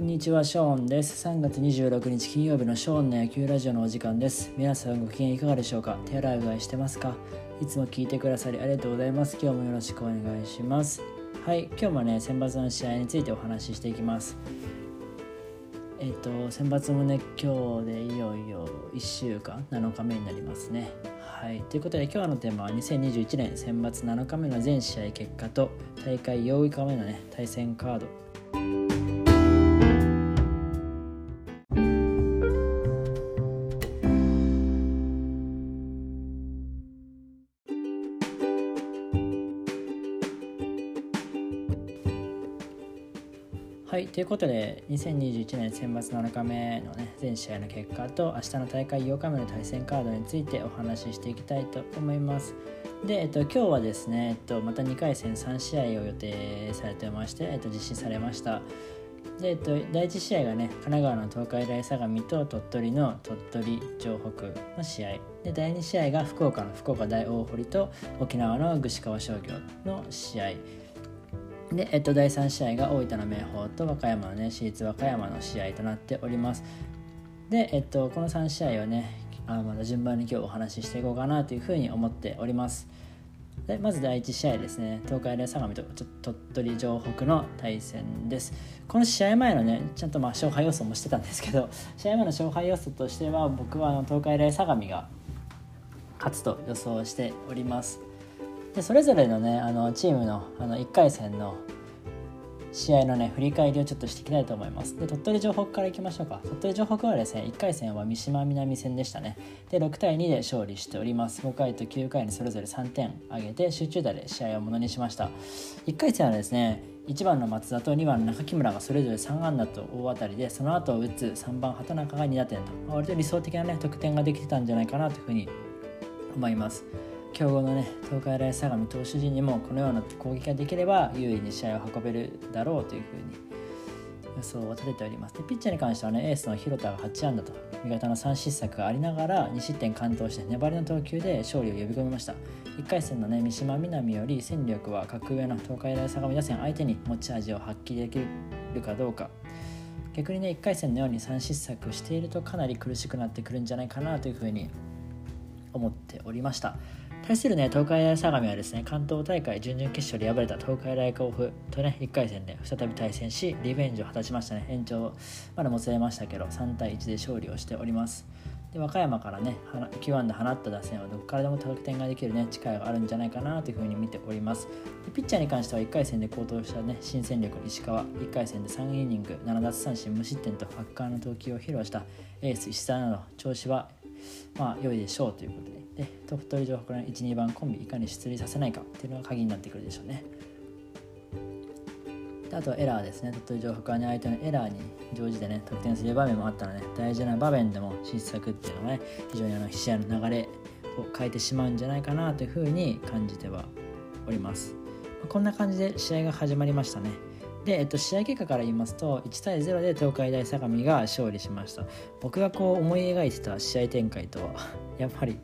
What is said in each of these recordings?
こんにちは、ショーンです。3月26日金曜日のショーンの野球ラジオのお時間です。皆さんご機嫌いかがでしょうか？手洗いうがいしてますか？いつも聞いてくださりありがとうございます。今日もよろしくお願いします。はい、今日もね、選抜の試合についてお話ししていきます。選抜もね、今日でいよいよ1週間7日目になりますね。はい、ということで今日のテーマは2021年選抜7日目の全試合結果と大会8日目のね、対戦カード。はい、ということで2021年選抜7日目のね、全試合の結果と明日の大会8日目の対戦カードについてお話ししていきたいと思います。で、今日はですね、また2回戦3試合を予定されてまして、実施されました。で、第1試合がね、神奈川の東海大相模と鳥取の鳥取城北の試合で、第2試合が福岡の福岡大大濠と沖縄の串川商業の試合で、第3試合が大分の明豊と和歌山のね、市立和歌山の試合となっております。で、この3試合をね、また順番に今日お話ししていこうかなというふうに思っております。で、まず第1試合ですね、東海大相模と鳥取城北の対戦です。この試合前のね、ちゃんと勝敗予想もしてたんですけど、試合前の勝敗予想としては僕は東海大相模が勝つと予想しております。で、それぞれのね、チームの1回戦の試合のね、振り返りをちょっとしていきたいと思います。で、鳥取城北からいきましょうか。鳥取城北はですね、1回戦は三島南戦でしたね。で、6対2で勝利しております。5回と9回にそれぞれ3点挙げて集中打で試合をものにしました。1回戦はですね、1番の松田と2番の中木村がそれぞれ3安打と大当たりで、その後を打つ3番畑中が2打点と、割と理想的なね、得点ができてたんじゃないかなというふうに思います。強豪のね、東海大相模投手陣にもこのような攻撃ができれば有利に試合を運べるだろうというふうに予想を立てております。で、ピッチャーに関してはね、エースの広田が8安打と味方の3失策がありながら2失点完投して粘りの投球で勝利を呼び込みました。1回戦のね、三島南より戦力は格上の東海大相模打線相手に持ち味を発揮できるかどうか。逆にね、1回戦のように3失策しているとかなり苦しくなってくるんじゃないかなというふうに思っておりました。対するね、東海大相模はですね、関東大会準々決勝で敗れた東海大甲府とね、1回戦で再び対戦しリベンジを果たしましたね。延長までもつれましたけど3対1で勝利をしております。で、和歌山からね、9安打放った打線はどこからでも得点ができるね、力があるんじゃないかなというふうに見ております。で、ピッチャーに関しては1回戦で好投したね、新戦力の石川、1回戦で3イニング7奪三振無失点と圧巻の投球を披露したエース石田など調子は良いでしょうということで、鳥取城北の 1,2 番コンビいかに出塁させないかっていうのが鍵になってくるでしょうね。で、あとはエラーですね。鳥取城北は、ね、相手のエラーに乗じてね、得点する場面もあったので、大事な場面でも失策っていうのはね、非常に試合の流れを変えてしまうんじゃないかなというふうに感じてはおります。こんな感じで試合が始まりましたね。で、試合結果から言いますと1対0で東海大相模が勝利しました。僕がこう思い描いてた試合展開とはやっぱり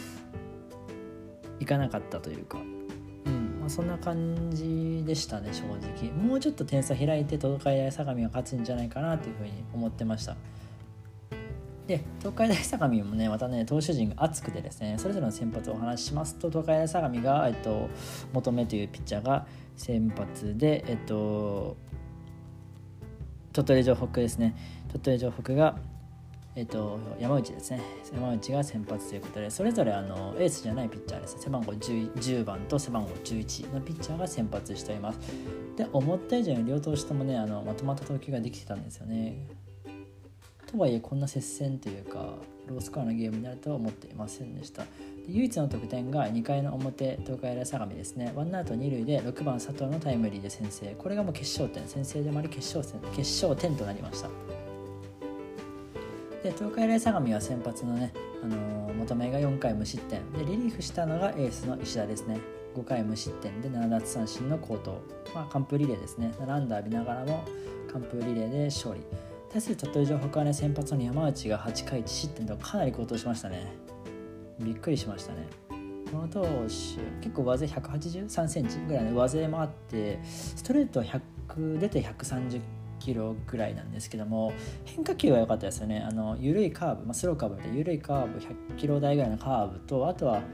いかなかったというか、そんな感じでしたね。正直もうちょっと点差開いて東海大相模が勝つんじゃないかなというふうに思ってました。で、東海大相模もね、またね、投手陣が熱くてですね、それぞれの先発をお話ししますと、東海大相模が、求めというピッチャーが先発で、鳥取城北ですね。鳥取城北が、山内ですね。山内が先発ということで、それぞれエースじゃないピッチャーですね。背番号 10番と背番号11のピッチャーが先発しています。で、思った以上に両投手ともね、まとまった投球ができてたんですよね。とはいえこんな接戦というかロースコアのゲームになるとは思っていませんでした。で、唯一の得点が2回の表東海大相模ですね。ワンアウト2塁で6番佐藤のタイムリーで先制。これがもう決勝点、先制でもあり決勝点となりました。で、東海大相模は先発のね、求めが4回無失点で、リリーフしたのがエースの石田ですね。5回無失点で7奪三振の好投、完封リレーですね。7安打浴びながらも完封リレーで勝利。対する鳥取城北はね、先発の山内が8回1失点とかなり好投しましたね。びっくりしましたね。この投手結構上背183センチぐらいの上背もあって、ストレートは100出て130 キロぐらいなんですけども、変化球は良かったですよね。緩いカーブ、スローカーブみたいな緩いカーブ、100キロ台ぐらいのカーブと、あとは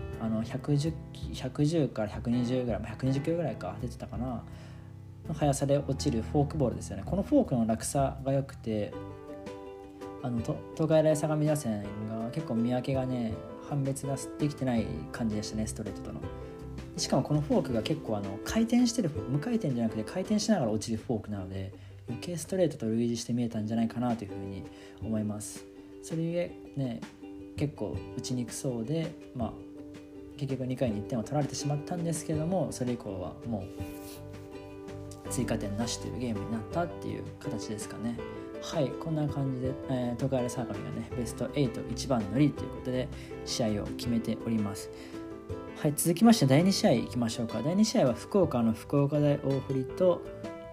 110から120ぐらい、120キロぐらいか出てたかなの速さで落ちるフォークボールですよね。このフォークの落差が良くて、東海大相模打線が結構見分けがね判別ができてない感じでしたね、ストレートとの。しかもこのフォークが結構回転してる、無回転じゃなくて回転しながら落ちるフォークなので、余計ストレートと類似して見えたんじゃないかなというふうに思います。それゆえね結構打ちにくそうで、結局2回に1点は取られてしまったんですけども、それ以降はもう追加点なしというゲームになったっていう形ですかね。はい、こんな感じで、東海大相模がねベスト8一番乗りということで試合を決めております。はい、続きまして第2試合いきましょうか。第2試合は福岡の福岡大大濠と、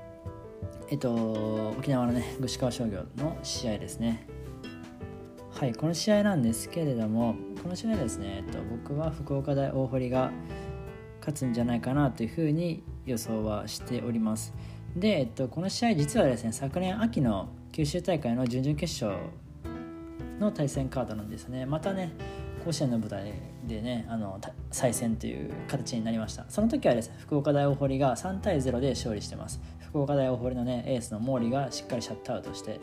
沖縄のね具志川商業の試合ですね。はい、この試合なんですけれども、この試合ですね、僕は福岡大大濠が勝つんじゃないかなというふうに予想はしております。で、この試合実はですね、昨年秋の九州大会の準々決勝の対戦カードなんですね。またね甲子園の舞台でね再戦という形になりました。その時はですね、福岡大大濠が3対0で勝利してます。福岡大大濠のねエースの毛利がしっかりシャットアウトして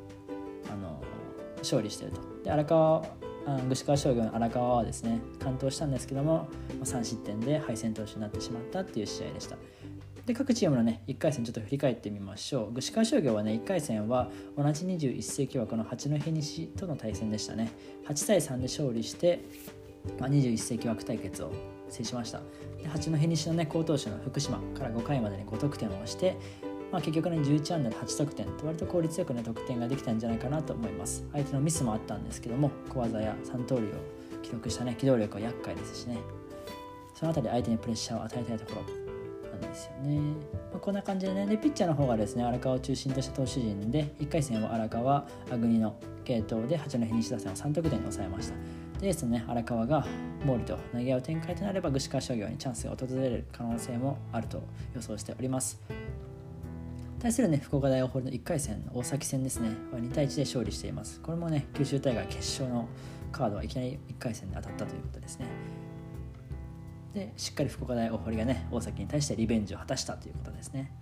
勝利していると。で具志川商業の荒川はですね完投したんですけども、3失点で敗戦投手になってしまったっていう試合でした。で、各チームのね1回戦ちょっと振り返ってみましょう。具志川商業はね1回戦は同じ21世紀枠の八戸西との対戦でしたね。8対3で勝利して、21世紀枠対決を制しました。で、八戸西のね好投手の福島から5回までに5得点をして、結局ね11安打で8得点と割と効率よくね得点ができたんじゃないかなと思います。相手のミスもあったんですけども、小技や3盗塁を記録したね機動力は厄介ですしね、そのあたり相手にプレッシャーを与えたいところですよね。こんな感じでね、でピッチャーの方がですね荒川を中心とした投手陣で、1回戦は荒川、粟国の継投で八戸西打線を3得点に抑えました。でエースのね荒川が毛利と投げ合う展開となれば、具志川商業にチャンスが訪れる可能性もあると予想しております。対するね福岡大大濠の1回戦の大崎戦ですね、2対1で勝利しています。これもね九州大会決勝のカードはいきなり1回戦で当たったということですね。でしっかり福岡大大濠がね大崎に対してリベンジを果たしたということですね。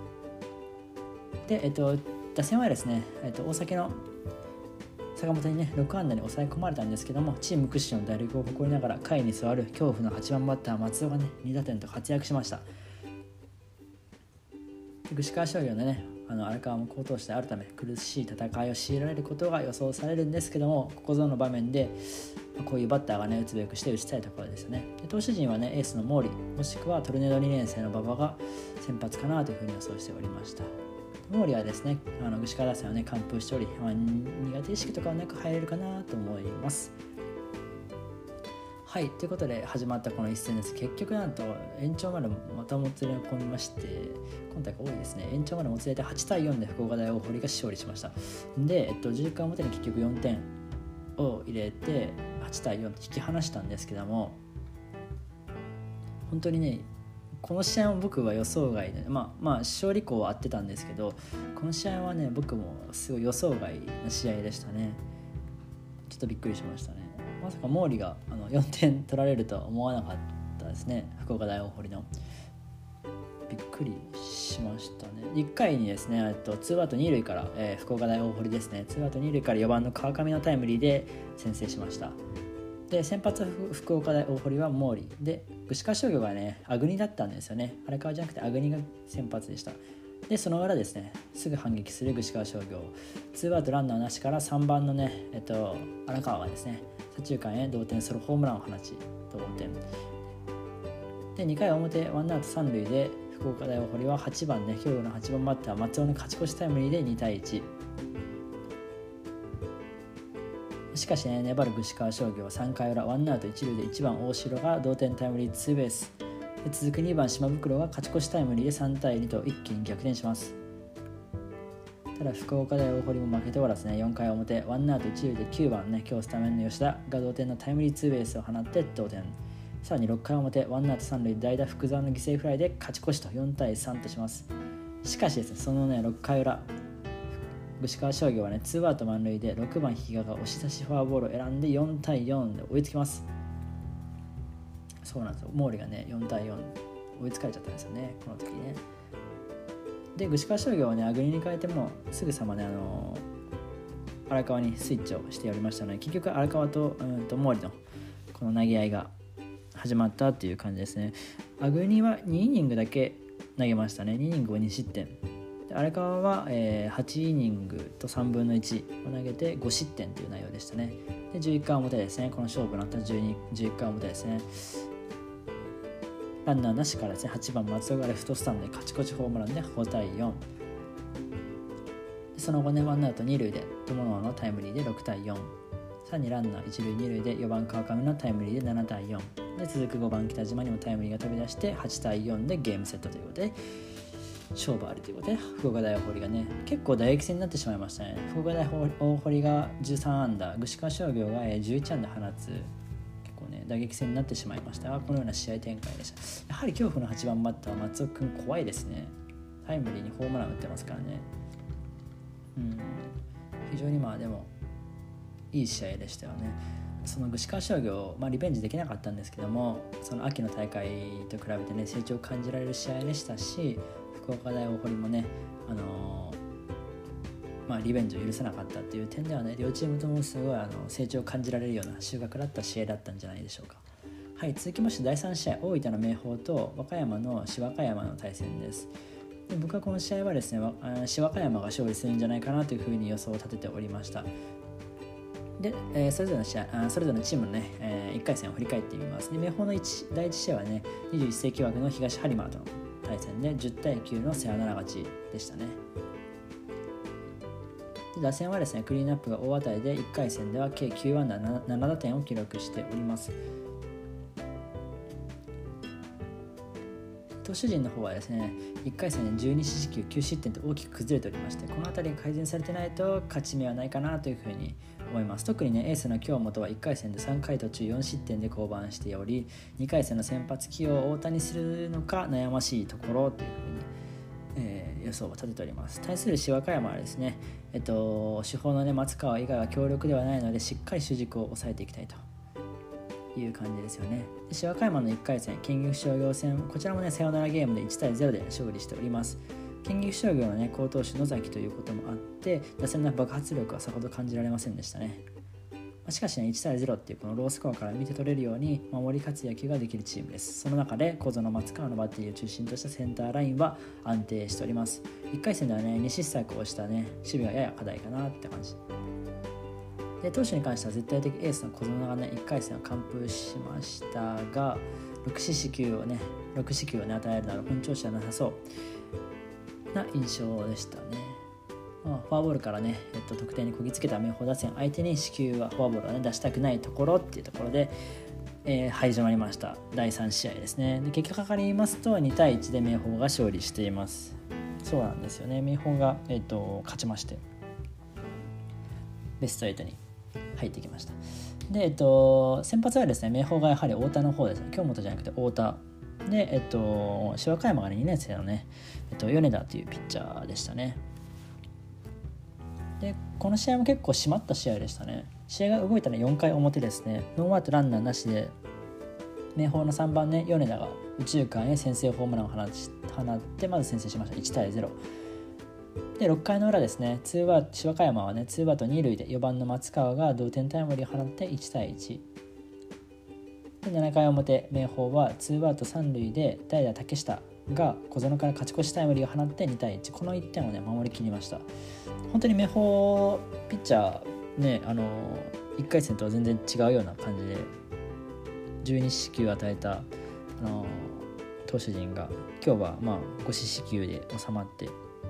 で、打線はですね、大崎の坂本にね6安打に抑え込まれたんですけども、チーム屈指の打力を誇りながら下位に座る恐怖の8番バッター松尾がね2打点と活躍しました。具志川商業のね荒川も好投手であるため苦しい戦いを強いられることが予想されるんですけども、ここぞの場面でこういうバッターがね打つべくして打ちたいところですよね。で投手陣はねエースの毛利もしくはトルネード2年生の馬場が先発かなというふうに予想しておりました。毛利はですね具志川打線をね完封しており、苦手意識とかはなく入れるかなと思います。はい、ということで始まったこの一戦です。結局なんと延長までまたもつれ込みまして、今大会多いですね。延長までもつれて8対4で福岡大大濠が勝利しました。で、10回表に結局4点を入れて8対4と引き離したんですけども、本当にねこの試合も僕は予想外で、勝利校は合ってたんですけど、この試合はね僕もすごい予想外な試合でしたね。ちょっとびっくりしましたね。まさか毛利が4点取られるとは思わなかったですね。福岡大大濠のびっくりしましたね。1回にですね2アウト2塁から、福岡大大濠ですね2アウト2塁から4番の川上のタイムリーで先制しました。で先発福岡大大濠は毛利で、具志川商業がね粟国だったんですよね。荒川じゃなくて粟国が先発でした。でその裏ですねすぐ反撃する具志川商業、2アウトランナーなしから3番のね荒川がですね左中間へ同点ソロホームランを放ち同点で、2回表1アウト3塁で福岡大大濠は8番ね兵庫の8番バッター松尾の勝ち越しタイムリーで2対1。しかしね粘る具志川商業は3回裏1アウト1塁で1番大城が同点タイムリーツーベースで、続く2番島袋が勝ち越しタイムリーで3対2と一気に逆転します。ただ福岡大大濠も負けておらずね4回表1アウト1塁で9番ね今日スタメンの吉田が同点のタイムリーツーベースを放って同点。さらに6回表1アウト3塁代打福澤の犠牲フライで勝ち越しと4対3とします。 しかしですね、そのね6回裏、串川商業はね2アウト満塁で6番比嘉が押し出しフォアボールを選んで4対4で追いつきます。そうなんですよ、毛利がね4対4追いつかれちゃったんですよね、この時ね。で串川商業はねアグリに変えてもすぐさまね荒川にスイッチをしておりましたので、結局荒川と毛利のこの投げ合いが始まったっていう感じですね。アグニは2イニングだけ投げましたね。2イニングを2失点で、荒川は、8イニングと3分の1を投げて5失点という内容でしたね。で11回表ですね、この勝負のあった11回表ですね、ランナーなしからですね8番松尾がレフトスタンドで勝ち越しホームランで5対4。その後ねワンアウト2塁で友野のタイムリーで6対4、さらにランナー1塁2塁で4番川上のタイムリーで7対4で、続く5番北島にもタイムリーが飛び出して8対4でゲームセットということで勝負ありということで、福岡大大堀がね結構打撃戦になってしまいましたね。福岡大大堀が13安打、串川商業が11安打放つ、結構ね打撃戦になってしまいましたが、このような試合展開でした。やはり恐怖の8番バッター松尾くん怖いですね。タイムリーにホームラン打ってますからね。非常にでもいい試合でしたよね。その串川商業、リベンジできなかったんですけども、その秋の大会と比べてね成長を感じられる試合でしたし、福岡大大堀もねリベンジを許さなかったっていう点ではね、両チームともすごい成長を感じられるような収穫だった試合だったんじゃないでしょうか。はい、続きまして第3試合、大分の明豊と和歌山の芝和歌山の対戦です。で僕はこの試合はですね芝和歌山が勝利するんじゃないかなというふうに予想を立てておりました。で、それぞれのチームのね、1回戦を振り返ってみます。で明豊の第1試合はね21世紀枠の東播磨との対戦で10対9のサヨナラ勝ちでしたね。で打線はですねクリーンアップが大当たりで1回戦では計9安打7打点を記録しております。投手陣の方はですね1回戦で12四死球9失点と大きく崩れておりまして、この辺りが改善されてないと勝ち目はないかなというふうに思います。特にねエースの京本は1回戦で3回途中4失点で降板しており、2回戦の先発起用を大谷するのか悩ましいところというふうに、予想を立てております。対する芝和歌山はですね、主砲のね松川以外は強力ではないので、しっかり主軸を抑えていきたいという感じですよね。で芝和歌山の1回戦県岐阜商業戦、こちらもねサヨナラゲームで1対0で勝利しております。県岐阜商業のね好投手野崎ということもあって打線の爆発力はさほど感じられませんでしたね。しかしね1対0っていうこのロースコアから見て取れるように守り勝つ野球ができるチームです。その中で小園松川のバッテリーを中心としたセンターラインは安定しております。1回戦ではね2失策をしたね守備がやや課題かなって感じで、投手に関しては絶対的エースの小園がね1回戦を完封しましたが、6四球をね与えるなど本調子はなさそうな印象でしたね。フォアボールからね、得点にこぎつけた明豊打線相手に四球はフォアボールは、ね、出したくないところっていうところで、始まりました第3試合ですね。で結果から言いますと2対1で明豊が勝利しています。そうなんですよね、明豊が、勝ちましてベスト8に入ってきました。で、先発はですね明豊がやはり太田の方ですね、京本じゃなくて太田で、芝和歌山が2年生のね、米田というピッチャーでしたね。でこの試合も結構締まった試合でしたね。試合が動いたのは4回表ですね。ノーアウトランナーなしで明豊の3番ね米田が右中間へ先制ホームランを放ってまず先制しました。1対0で6回の裏ですね、芝和歌山はね2アウト2塁で4番の松川が同点タイムリーを放って1対1で、7回表明豊は2アウト3塁で代打竹下が小園から勝ち越しタイムリーを放って2対1、この1点をね守りきりました。本当に明豊ピッチャーね1回戦とは全然違うような感じで12四球与えた投手陣が今日は5四球で収まって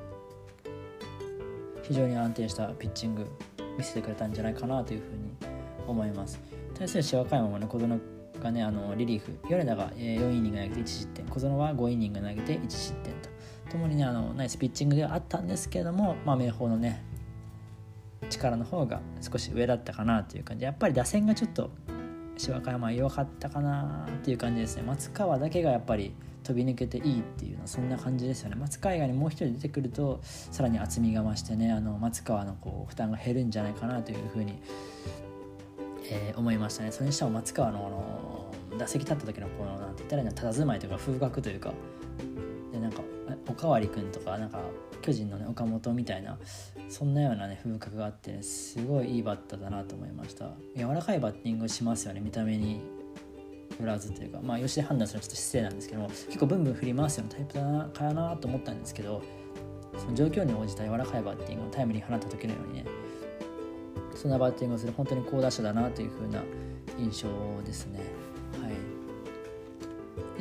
非常に安定したピッチング見せてくれたんじゃないかなというふうに思います。対する芝和歌山もね小園がねリリーフ米田が4イニング投げて1失点、小園は5イニング投げて1失点ともにねナイスピッチングではあったんですけれども、明豊のね力の方が少し上だったかなという感じで、やっぱり打線がちょっと芝和歌山は弱かったかなっていう感じですね。松川だけがやっぱり飛び抜けていいっていうのはそんな感じですよね。松川以外にもう一人出てくるとさらに厚みが増してね、松川の負担が減るんじゃないかなというふうに、思いましたね。それにしても松川の打席立った時のなんて言ったらいいの、佇まいというか風格というかで、なんかおかわりくんとかなんか巨人のね岡本みたいなそんなようなね風格があって、ね、すごいいいバッターだなと思いました。柔らかいバッティングしますよね、見た目に振らずというか、吉で判断するのはちょっと失礼なんですけども、結構ブンブン振り回すようなタイプだなかなと思ったんですけど、その状況に応じた柔らかいバッティングをタイムリー放った時のようにね、そんなバッティングをする本当に好打者だなという風な印象ですね。はい。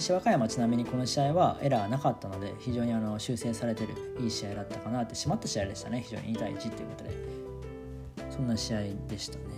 で和歌山はちなみにこの試合はエラーなかったので、非常に修正されてるいい試合だったかなって、締まった試合でしたね。非常に2対1ということで、そんな試合でしたね。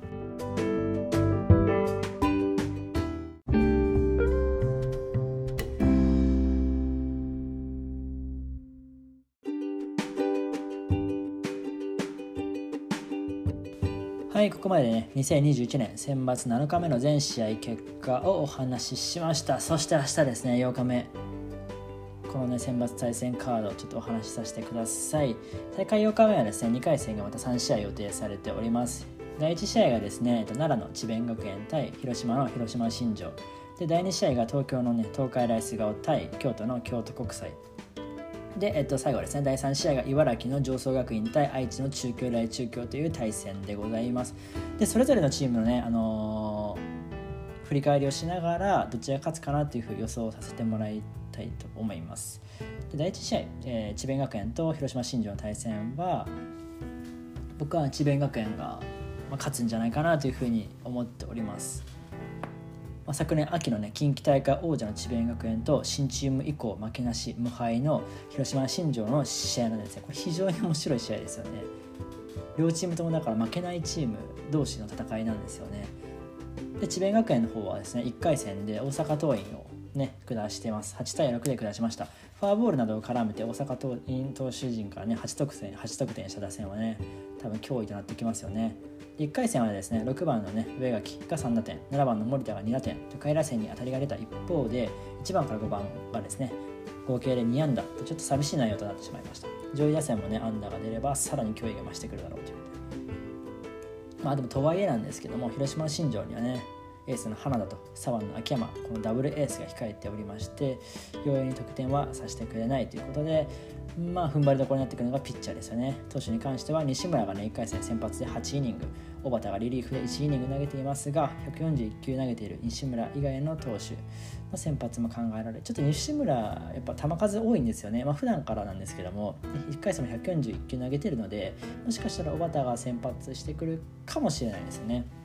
はい、ここまでね、2021年選抜7日目の全試合結果をお話ししました。そして明日ですね、8日目。このね、選抜対戦カードをちょっとお話しさせてください。大会8日目はですね、2回戦がまた3試合予定されております。第1試合がですね、奈良の智弁学園対広島の広島新庄。で、第2試合が東京のね、東海大菅生対京都の京都国際。で、最後はですね、第3試合が茨城の常総学院対愛知の中京大中京という対戦でございます。で、それぞれのチームのね、振り返りをしながらどちらが勝つかなというふうに予想させてもらいたいと思います。で、第1試合、智弁学園と広島新庄の対戦は、僕は智弁学園が勝つんじゃないかなというふうに思っております。昨年秋のね、近畿大会王者の智弁学園と新チーム以降負けなし無敗の広島新庄の試合なんですね。これ非常に面白い試合ですよね。両チームともだから負けないチーム同士の戦いなんですよね。で、智弁学園の方はですね、1回戦で大阪桐蔭をね下してます。8対6で下しました。フォアボールなどを絡めて大阪桐蔭投手陣からね8得点した打線はね、多分脅威となってきますよね。1回戦はですね、6番のね上垣が3打点、7番の森田が2打点と下位打線に当たりが出た一方で、1番から5番がですね合計で2安打とちょっと寂しい内容となってしまいました。上位打線もね安打が出ればさらに脅威が増してくるだろうということで、でもとはいえなんですけども、広島新庄にはねエースの花田と左腕の秋山、このダブルエースが控えておりまして、容易に得点はさせてくれないということで、踏ん張りどころになってくるのがピッチャーですよね。投手に関しては西村がね1回戦先発で8イニング、小畑がリリーフで1イニング投げていますが、141球投げている西村以外の投手の先発も考えられ、ちょっと西村やっぱ球数多いんですよね。普段からなんですけども、1回戦も141球投げているので、もしかしたら小畑が先発してくるかもしれないですよね。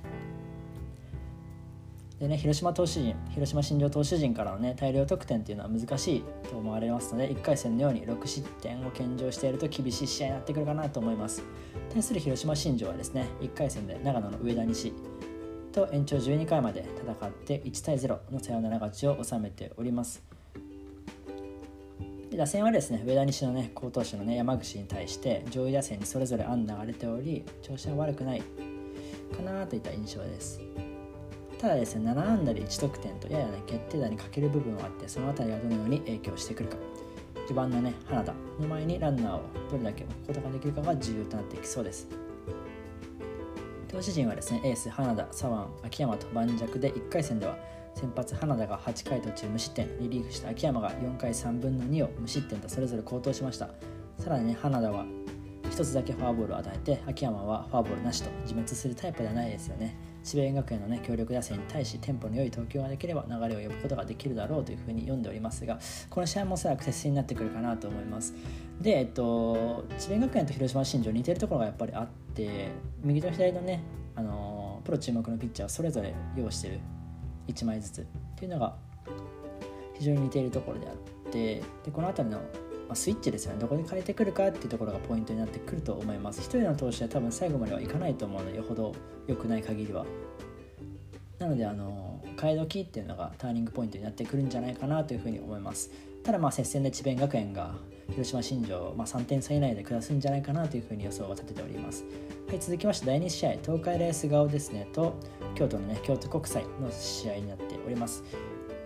でね、広島新庄投手陣からのね大量得点っていうのは難しいと思われますので、1回戦のように6失点を献上していると厳しい試合になってくるかなと思います。対する広島新庄はですね、1回戦で長野の上田西と延長12回まで戦って1対0のサヨナラ勝ちを収めております。で、打線はですね、上田西のね好投手のね山口に対して上位打線にそれぞれ安打が出ており、調子は悪くないかなといった印象です。ただですね、7安打で1得点とややね決定打に欠ける部分はあって、そのあたりがどのように影響してくるか、序盤のね花田の前にランナーをどれだけ置くことができるかが重要となってきそうです。投手陣はですね、エース花田、左腕秋山と盤石で、1回戦では先発花田が8回途中無失点、リリーフした秋山が4回3分の2を無失点とそれぞれ好投しました。さらにね、花田は一つだけフォアボールを与えて、秋山はフォアボールなしと自滅するタイプではないですよね。智弁学園のね強力打線に対しテンポの良い投球ができれば流れを呼ぶことができるだろうというふうに読んでおりますが、この試合もおそらく接戦になってくるかなと思います。で、智弁学園と広島新庄似てるところがやっぱりあって、右と左のね、プロ注目のピッチャーをそれぞれ擁している1枚ずつっていうのが非常に似ているところであって、でこの辺りのスイッチですよね、どこで変えてくるかっていうところがポイントになってくると思います。一人の投手は多分最後まではいかないと思うので、よほど良くない限りは。なので替え時っていうのがターニングポイントになってくるんじゃないかなというふうに思います。ただ接戦で智弁学園が広島新庄を3点差以内で下すんじゃないかなというふうに予想を立てております。はい、続きまして第2試合、東海大菅生ですねと京都のね京都国際の試合になっております。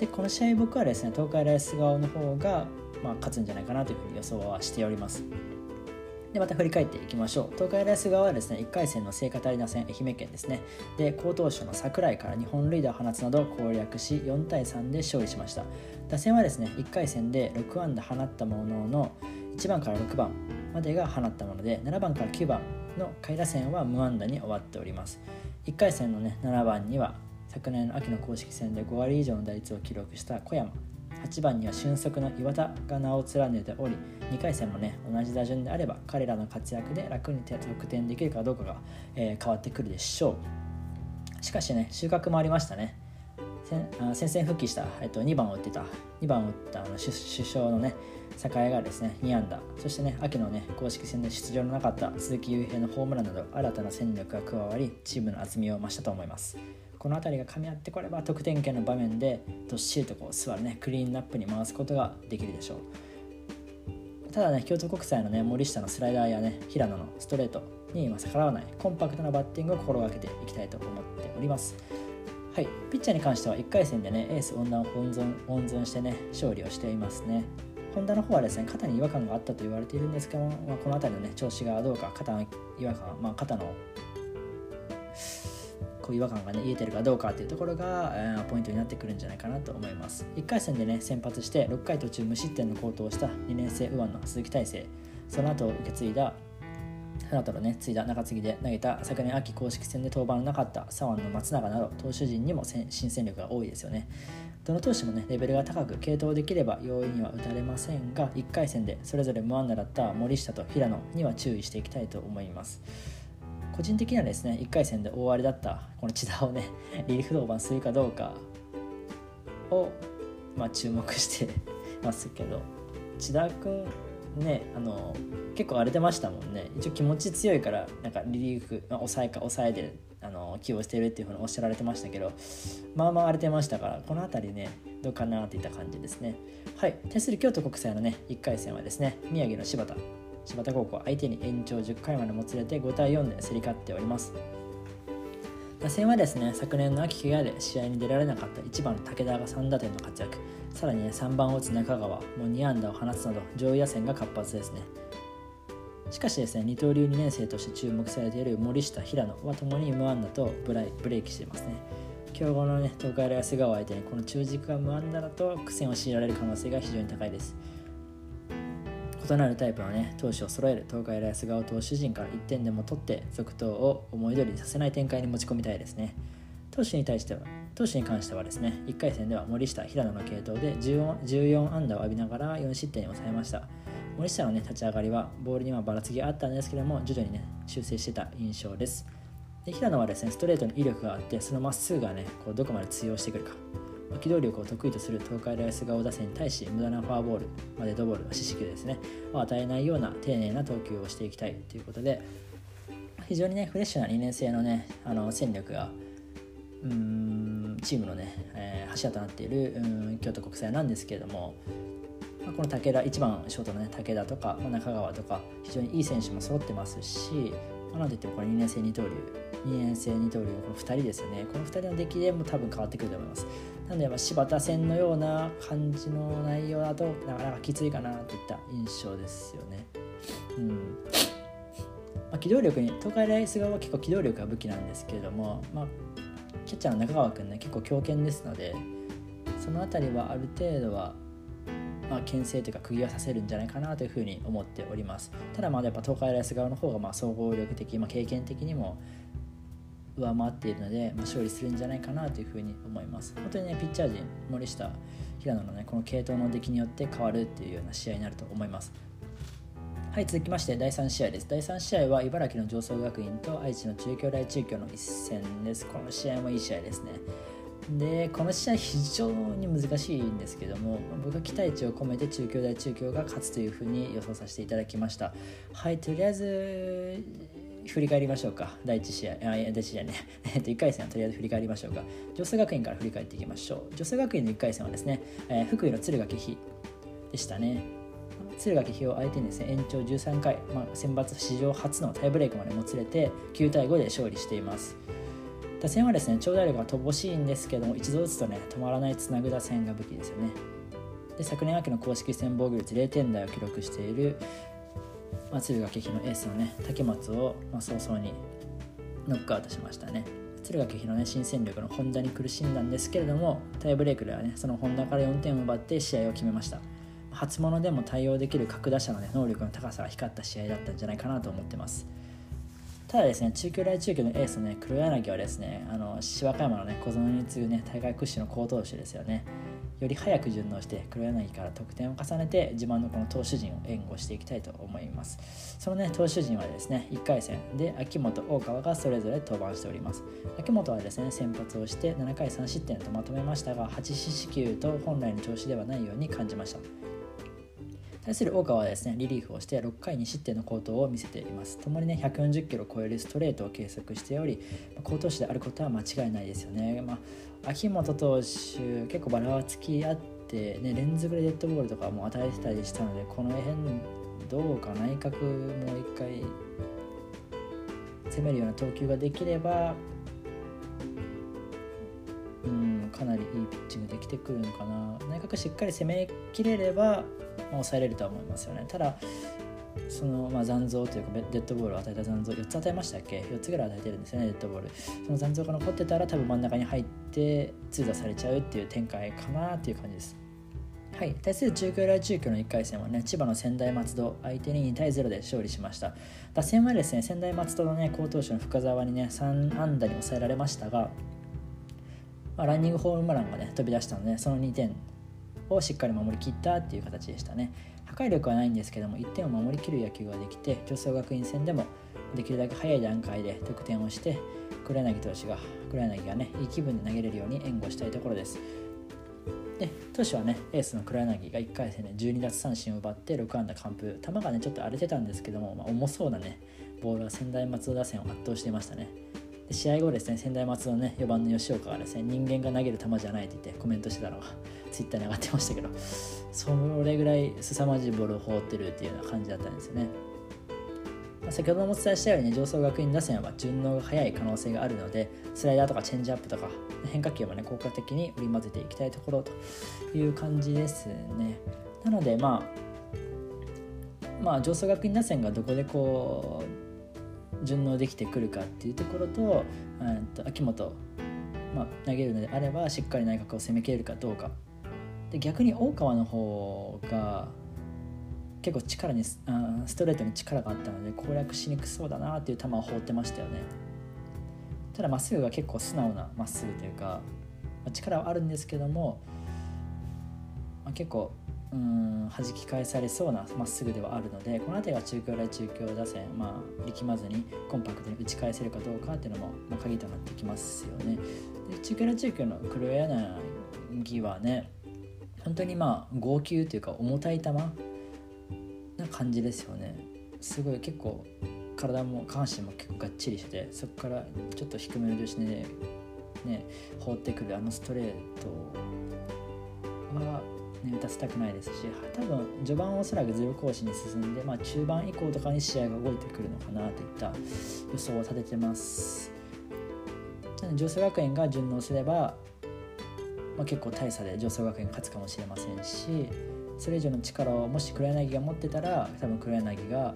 でこの試合僕はですね東海大菅生の方が、勝つんじゃないかなというふうに予想はしております。でまた振り返っていきましょう。東海大菅生はですね1回戦の聖火タリナ戦愛媛県ですねで好投手の櫻井から2本塁打を放つなど攻略し4対3で勝利しました。打線はですね1回戦で6安打放ったものの1番から6番までが放ったもので7番から9番の下位打線は無安打に終わっております。1回戦のね7番には昨年の秋の公式戦で5割以上の打率を記録した小山、8番には俊足の岩田が名を連ねており、2回戦もね同じ打順であれば彼らの活躍で楽に得点できるかどうかが、変わってくるでしょう。しかしね収穫もありましたね。戦線復帰した、2番を打った主将のね栄がですね2安打、そしてね秋のね公式戦で出場のなかった鈴木悠平のホームランなど新たな戦力が加わりチームの厚みを増したと思います。この辺りが噛み合ってこれば得点圏の場面でどっしりと座るねクリーンナップに回すことができるでしょう。ただね京都国際のね森下のスライダーやね平野のストレートに逆らわないコンパクトなバッティングを心がけていきたいと思っております。はい、ピッチャーに関しては1回戦でねエース温暖を温存してね勝利をしていますね。本田の方はですね肩に違和感があったと言われているんですけども、この辺りのね調子がどうか肩の違和感、肩の違和感がね癒えてるかどうかというところが、ポイントになってくるんじゃないかなと思います。1回戦でね先発して6回途中無失点の好投をした2年生右腕の鈴木大成、その後受け継いだ中継ぎで投げた昨年秋公式戦で登板のなかった左腕の松永など投手陣にも新戦力が多いですよね。どの投手もねレベルが高く継投できれば容易には打たれませんが、1回戦でそれぞれ無安打だった森下と平野には注意していきたいと思います。個人的にはですね1回戦で大荒れだったこの千田をねリリーフ登板するかどうかを、注目してますけど、千田君ね結構荒れてましたもんね。一応気持ち強いからなんかリリーフ、抑えで起用しているっていうふうにおっしゃられてましたけど、荒れてましたから、この辺りねどうかなといった感じですね。はい、対する京都国際のね1回戦はですね宮城の柴田高校相手に延長10回までもつれて5対4で競り勝っております。打線はですね昨年の秋怪我で試合に出られなかった1番の武田が3打点の活躍、さらに、3番を打つ中川も2安打を放つなど上位打線が活発ですね。しかしですね二刀流2年生として注目されている森下平野はともに無安打とブレーキしていますね。強豪のね東海大菅生相手にこの中軸が無安打だと苦戦を強いられる可能性が非常に高いです。異なるタイプのね投手を揃える東海大菅生投手陣から1点でも取って続投を思い通りにさせない展開に持ち込みたいですね。投手に関してはですね1回戦では森下平野の継投で14安打を浴びながら4失点に抑えました。森下のね立ち上がりはボールにはばらつきがあったんですけども徐々にね修正してた印象です。で平野はですねストレートに威力があってそのまっすぐがねどこまで通用してくるか、機動力を得意とする東海大菅生打線に対し無駄なフォアボール、デッドボール、四死球ですねを与えないような丁寧な投球をしていきたいということで、非常にねフレッシュな2年生のね戦力がチームのね、柱となっている京都国際なんですけれども、この武田1番ショートのね武田とか、中川とか非常にいい選手も揃ってますし、なんといってもこの2年生二刀流のこの2人ですよね。この2人の出来でも多分変わってくると思います。なので柴田戦のような感じの内容だとなかなかきついかなといった印象ですよね。機動力に東海大菅生は結構機動力が武器なんですけれども、キャッチャーの中川君ね結構強肩ですので、そのあたりはある程度は牽制というか釘はさせるんじゃないかなというふうに思っております。ただやっぱ東海大菅生の方が総合力的、経験的にも上回っているので、勝利するんじゃないかなというふうに思います。本当にねピッチャー陣森下平野のねこの継投の出来によって変わるっていうような試合になると思います。はい、続きまして第3試合です。第3試合は茨城の常総学院と愛知の中京大中京の一戦です。この試合もいい試合ですね。でこの試合非常に難しいんですけども、僕は期待値を込めて中京大中京が勝つというふうに予想させていただきました。はい、とりあえず振り返りましょうか。第1試合ね1回戦はとりあえず振り返りましょうか。常総学院から振り返っていきましょう。常総学院の1回戦はですね、福井の敦賀気比でしたね。敦賀気比を相手にですね延長13回、選抜史上初のタイブレークまでもつれて9対5で勝利しています。 打線はですね長打力が乏しいんですけども、一度打つとね止まらないつなぐ打線が武器ですよね。で昨年秋の公式戦防御率0点台を記録している、敦賀気比のエースのね竹松を、早々にノックアウトしましたね。敦賀気比のね新戦力の本田に苦しんだんですけれども、タイブレークではねその本田から4点を奪って試合を決めました。初物でも対応できる各打者の、ね、能力の高さが光った試合だったんじゃないかなと思ってます。ただですね、中京大中京のエースの、ね、黒柳はですね、芝和歌山の、ね、小園に次ぐ、ね、大会屈指の好投手ですよね。より早く順応して黒柳から得点を重ねて自慢のこの投手陣を援護していきたいと思います。その、ね、投手陣はですね、1回戦で秋元、大川がそれぞれ登板しております。秋元はですね、先発をして7回3失点とまとめましたが、8四球と本来の調子ではないように感じました。対する大川はですね、リリーフをして6回2失点の好投を見せています。ともにね、140キロを超えるストレートを計測しており、好投手であることは間違いないですよね。秋元投手、結構バラつきあって、ね、連続でデッドボールとかも与えてたりしたので、この辺どうか内角もう一回攻めるような投球ができれば、かなりいいピッチングできてくるのかな。内角しっかり攻めきれれば、抑えれるとは思いますよね。ただその、残像というかデッドボールを与えた残像4つ与えましたっけ。4つぐらい与えてるんですよね、デッドボール。その残像が残ってたら多分真ん中に入って通打されちゃうっていう展開かなっていう感じです。はい、対する中京大中京の1回戦はね、千葉の専大松戸相手に2対0で勝利しました。打線はですね、専大松戸のね好投手の深沢にね3安打に抑えられましたが、ランニングホームランがね飛び出したので、その2点をしっかり守り切ったっていう形でしたね。破壊力はないんですけども、1点を守りきる野球ができて、常総学院戦でもできるだけ早い段階で得点をして、黒柳がねいい気分で投げれるように援護したいところです。で投手はね、エースの黒柳が1回戦で12奪三振を奪って6安打完封。球がねちょっと荒れてたんですけども、重そうなねボールは専大松戸打線を圧倒していましたね。で試合後ですね、専大松戸のね4番の吉岡がですね、人間が投げる球じゃないと言ってコメントしてたのがツイッターに上がってましたけど、それぐらい凄まじいボールを放ってるっていうような感じだったんですよね。先ほどもお伝えしたようにね、常総学院打線は順応が早い可能性があるので、スライダーとかチェンジアップとか変化球もね効果的に織り交ぜていきたいところという感じですね。なので常総学院打線がどこでこう順応できてくるかっていうところと、秋元、投げるのであればしっかり内角を攻めきれるかどうかで、逆に大川の方が結構力にストレートに力があったので攻略しにくそうだなっていう球を放ってましたよね。ただまっすぐが結構素直なまっすぐというか、力はあるんですけども、結構弾き返されそうなまっすぐではあるので、この辺りは中京大中京打線、力まずにコンパクトに打ち返せるかどうかっていうのも、鍵となってきますよね。で中京大中京の黒柳はね、本当に剛球というか重たい球な感じですよね。すごい結構体も下半身も結構がっちりして、そこからちょっと低めの重心でね放ってくるストレートは打たせたくないですし、多分序盤おそらくゼロ更新に進んで、中盤以降とかに試合が動いてくるのかなといった予想を立ててます。常総学園が順応すれば、結構大差で常総学園が勝つかもしれませんし、それ以上の力をもし黒柳が持ってたら、多分黒柳が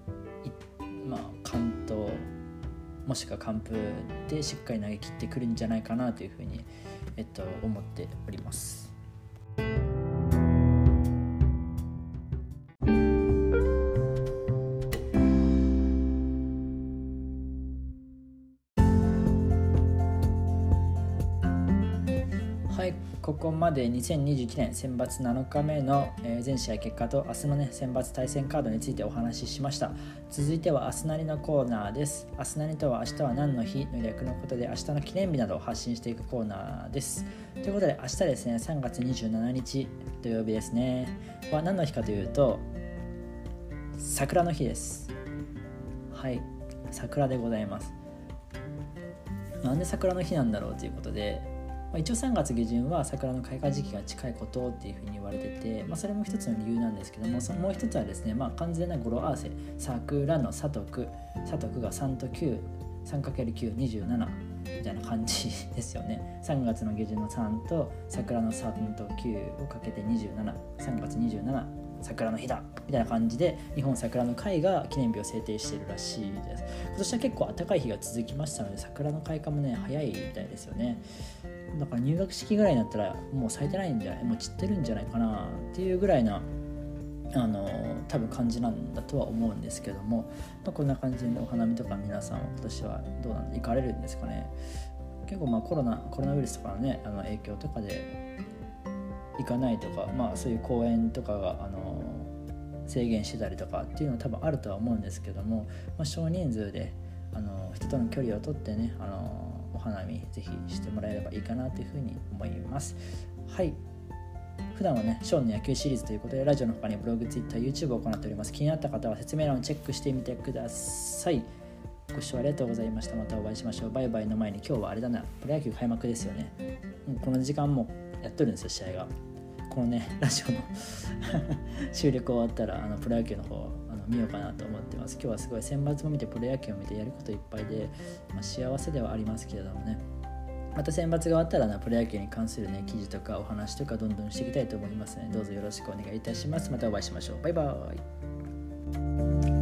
完投もしくは完封でしっかり投げ切ってくるんじゃないかなというふうに、思っております。はい、ここまで2021年選抜7日目の全試合結果と明日のね選抜対戦カードについてお話ししました。続いては明日なりのコーナーです。明日なりとは明日は何の日の略のことで、明日の記念日などを発信していくコーナーです。ということで明日ですね、3月27日土曜日ですねは何の日かというと、桜の日です。はい、桜でございます。なんで桜の日なんだろうということで、一応3月下旬は桜の開花時期が近いことっていうふうに言われてて、それも一つの理由なんですけども、そのもう一つはですね、完全な語呂合わせ、桜の佐徳が3と9、3×9、27 みたいな感じですよね。3月の下旬の3と桜の3と9をかけて27、3月27桜の日だみたいな感じで日本桜の会が記念日を制定しているらしいです。今年は結構暖かい日が続きましたので桜の開花もね早いみたいですよね。だから入学式ぐらいになったらもう咲いてないんじゃない、もう散ってるんじゃないかなっていうぐらいな多分感じなんだとは思うんですけども、こんな感じでお花見とか皆さんは今年はどうなんで行かれるんですかね。結構コロナウイルスとかのね影響とかで行かないとか、そういう公演とかが制限してたりとかっていうのは多分あるとは思うんですけども、少人数で人との距離をとってねお花見ぜひしてもらえればいいかなというふうに思います。はい、普段はねショーンの野球シリーズということでラジオの他にブログ、ツイッター、YouTube を行っております。気になった方は説明欄をチェックしてみてください。ご視聴ありがとうございました。またお会いしましょう。バイバイの前に今日はあれだな、プロ野球開幕ですよね。この時間もやっとるんですよ試合が。このねラジオの収録終わったらプロ野球の方見ようかなと思ってます。今日はすごい選抜も見てプロ野球を見てやることいっぱいで、幸せではありますけれどもね、また選抜が終わったらプロ野球に関するね記事とかお話とかどんどんしていきたいと思いますので、どうぞよろしくお願いいたします。またお会いしましょう。バイバイ。